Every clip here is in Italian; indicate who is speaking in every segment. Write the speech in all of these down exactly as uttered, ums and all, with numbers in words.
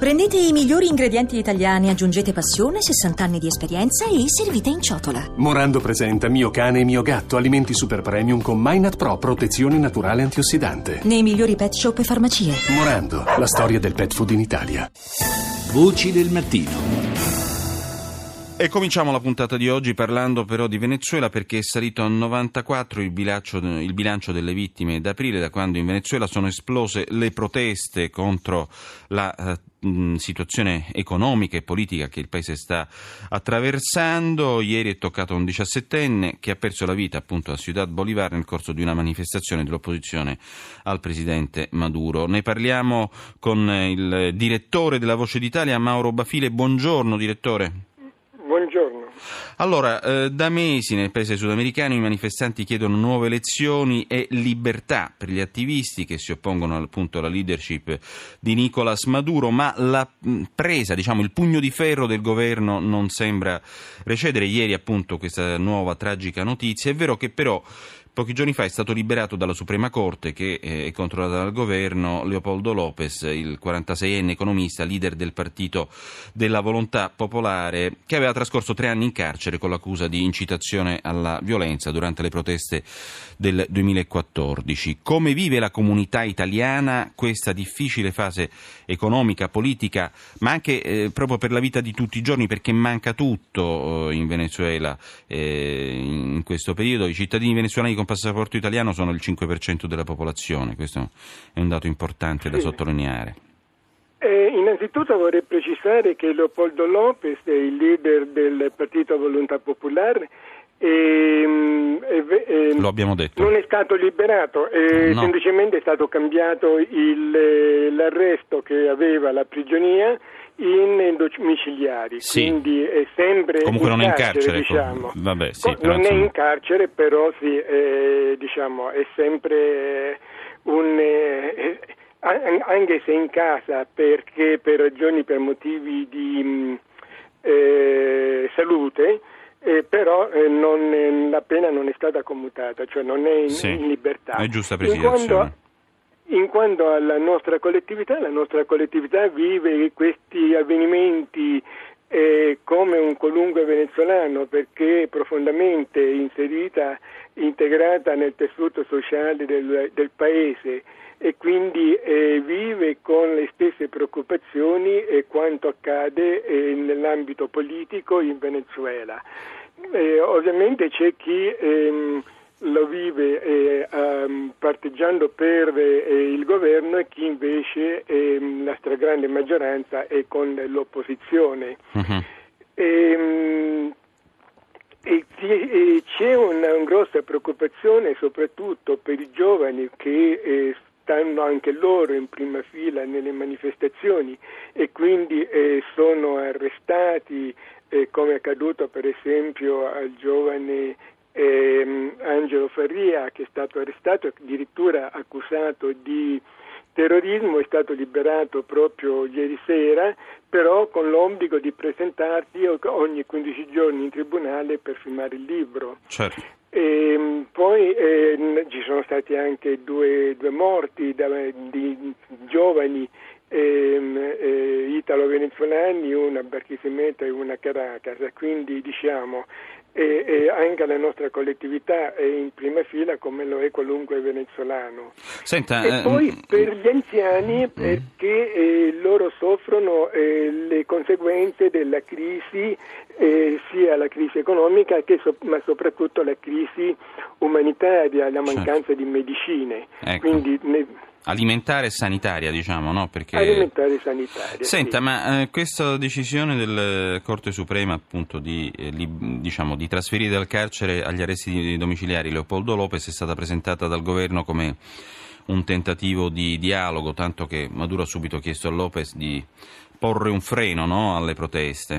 Speaker 1: Prendete i migliori ingredienti italiani, aggiungete passione, sessanta anni di esperienza e servite in ciotola.
Speaker 2: Morando presenta Mio cane e mio gatto, alimenti super premium con Minat Pro, protezione naturale antiossidante.
Speaker 1: Nei migliori pet shop e farmacie.
Speaker 2: Morando, la storia del pet food in Italia.
Speaker 3: Voci del mattino.
Speaker 4: E cominciamo la puntata di oggi parlando però di Venezuela, perché è salito a novantaquattro il bilancio, il bilancio delle vittime d'aprile, da quando in Venezuela sono esplose le proteste contro la uh, mh, situazione economica e politica che il paese sta attraversando. Ieri è toccato a un diciassettenne che ha perso la vita appunto a Ciudad Bolívar nel corso di una manifestazione dell'opposizione al presidente Maduro. Ne parliamo con il direttore della Voce d'Italia, Mauro Bafile. Buongiorno direttore.
Speaker 5: Buongiorno.
Speaker 4: Allora, eh, da mesi nel paese sudamericano i manifestanti chiedono nuove elezioni e libertà per gli attivisti che si oppongono appunto alla leadership di Nicolás Maduro, ma la mh, presa, diciamo, il pugno di ferro del governo non sembra recedere. Ieri appunto questa nuova tragica notizia. È vero che però pochi giorni fa è stato liberato dalla Suprema Corte, che è controllata dal governo, Leopoldo López, il quarantaseienne economista, leader del Partito della Volontà Popolare, che aveva trascorso tre anni in carcere con l'accusa di incitazione alla violenza durante le proteste del duemilaquattordici. Come vive la comunità italiana questa difficile fase economica, politica, ma anche eh, proprio per la vita di tutti i giorni, perché manca tutto eh, in Venezuela eh, in questo periodo? I cittadini venezuelani con passaporto italiano sono il cinque per cento della popolazione, questo è un dato importante da sottolineare.
Speaker 5: Eh, innanzitutto vorrei precisare che Leopoldo López è il leader del Partito Volontà Popolare e, e, e
Speaker 4: lo abbiamo detto.
Speaker 5: Non è stato liberato, eh,
Speaker 4: no.
Speaker 5: semplicemente è stato cambiato il, l'arresto che aveva la prigionia in domiciliari,
Speaker 4: sì.
Speaker 5: Quindi è sempre
Speaker 4: comunque
Speaker 5: in
Speaker 4: non
Speaker 5: carcere,
Speaker 4: è in carcere,
Speaker 5: diciamo.
Speaker 4: Vabbè, sì, però,
Speaker 5: non
Speaker 4: insomma...
Speaker 5: è in carcere, però sì, eh, diciamo è sempre un eh, anche se in casa, perché per ragioni, per motivi di eh, salute, eh, però eh, non, la pena non è stata commutata, cioè non è in,
Speaker 4: sì,
Speaker 5: in libertà.
Speaker 4: È giusta precisazione.
Speaker 5: In quanto alla nostra collettività, la nostra collettività vive questi avvenimenti eh, come un qualunque venezuelano, perché è profondamente inserita, integrata nel tessuto sociale del, del paese e quindi eh, vive con le stesse preoccupazioni e quanto accade eh, nell'ambito politico in Venezuela. Eh, ovviamente c'è chi ehm, lo vive eh, um, parteggiando per eh, il governo e chi invece eh, la stragrande maggioranza è con l'opposizione. Uh-huh. E, e, e c'è una, una grossa preoccupazione soprattutto per i giovani che eh, stanno anche loro in prima fila nelle manifestazioni e quindi eh, sono arrestati, eh, come è accaduto per esempio al giovane Eh, Angelo Faria, che è stato arrestato e addirittura accusato di terrorismo, è stato liberato proprio ieri sera, però con l'obbligo di presentarsi ogni quindici giorni in tribunale per firmare il libro.
Speaker 4: Certo.
Speaker 5: E poi eh, ci sono stati anche due, due morti da, di giovani eh, eh, italo-venezuelani, una a Barquisimeto e una a Caracas, quindi diciamo E, e anche la nostra collettività è in prima fila come lo è qualunque venezuelano.
Speaker 4: Senta,
Speaker 5: e poi
Speaker 4: ehm...
Speaker 5: per gli anziani perché eh, loro soffrono eh, le conseguenze della crisi, eh, sia la crisi economica che so- ma soprattutto la crisi umanitaria, la mancanza certo. di medicine.
Speaker 4: Ecco.
Speaker 5: Quindi ne...
Speaker 4: alimentare e sanitaria, diciamo, no? Perché...
Speaker 5: alimentare e sanitaria.
Speaker 4: Senta,
Speaker 5: sì.
Speaker 4: ma eh, questa decisione del Corte Suprema appunto di, eh, li, diciamo, di trasferire dal carcere agli arresti domiciliari Leopoldo López è stata presentata dal governo come un tentativo di dialogo, tanto che Maduro ha subito chiesto a López di porre un freno, no, alle proteste.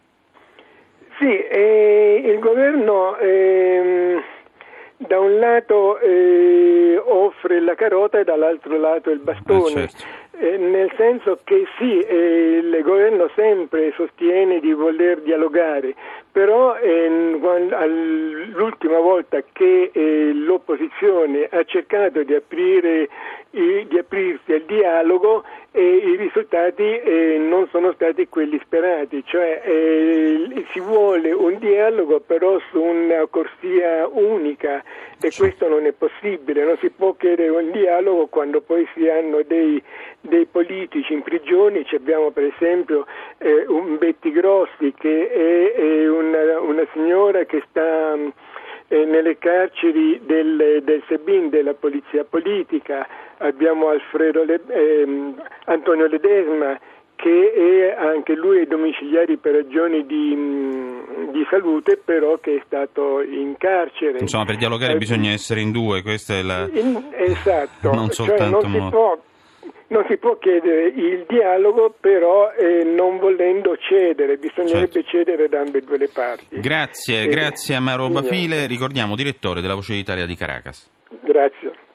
Speaker 5: Sì, eh, il governo ehm, da un lato eh, offre la carota e dall'altro lato il bastone.
Speaker 4: Ah, certo.
Speaker 5: Eh, nel senso che sì, eh, il governo sempre sostiene di voler dialogare, però eh, quando, l'ultima volta che eh, l'opposizione ha cercato di aprire i, di aprirsi al dialogo, e i risultati eh, non sono stati quelli sperati, cioè eh, si vuole un dialogo però su una corsia unica, e questo non è possibile. Non si può chiedere un dialogo quando poi si hanno dei, dei politici in prigione. Ci abbiamo per esempio eh, un Betty Grossi, che è, è una, una signora che sta eh, nelle carceri del, del SEBIN, della polizia politica. Abbiamo Alfredo Le, ehm, Antonio Ledesma, che è anche lui domiciliare per ragioni di, mh, di salute, però che è stato in carcere.
Speaker 4: Insomma, per dialogare eh, bisogna essere in due, questa è la...
Speaker 5: In, esatto,
Speaker 4: non
Speaker 5: cioè
Speaker 4: soltanto
Speaker 5: non, si può, non si può chiedere il dialogo, però eh, non volendo cedere, bisognerebbe certo. cedere da ambedue le parti.
Speaker 4: Grazie, eh, grazie a Mauro Bafile, ricordiamo direttore della Voce d'Italia di Caracas.
Speaker 5: Grazie.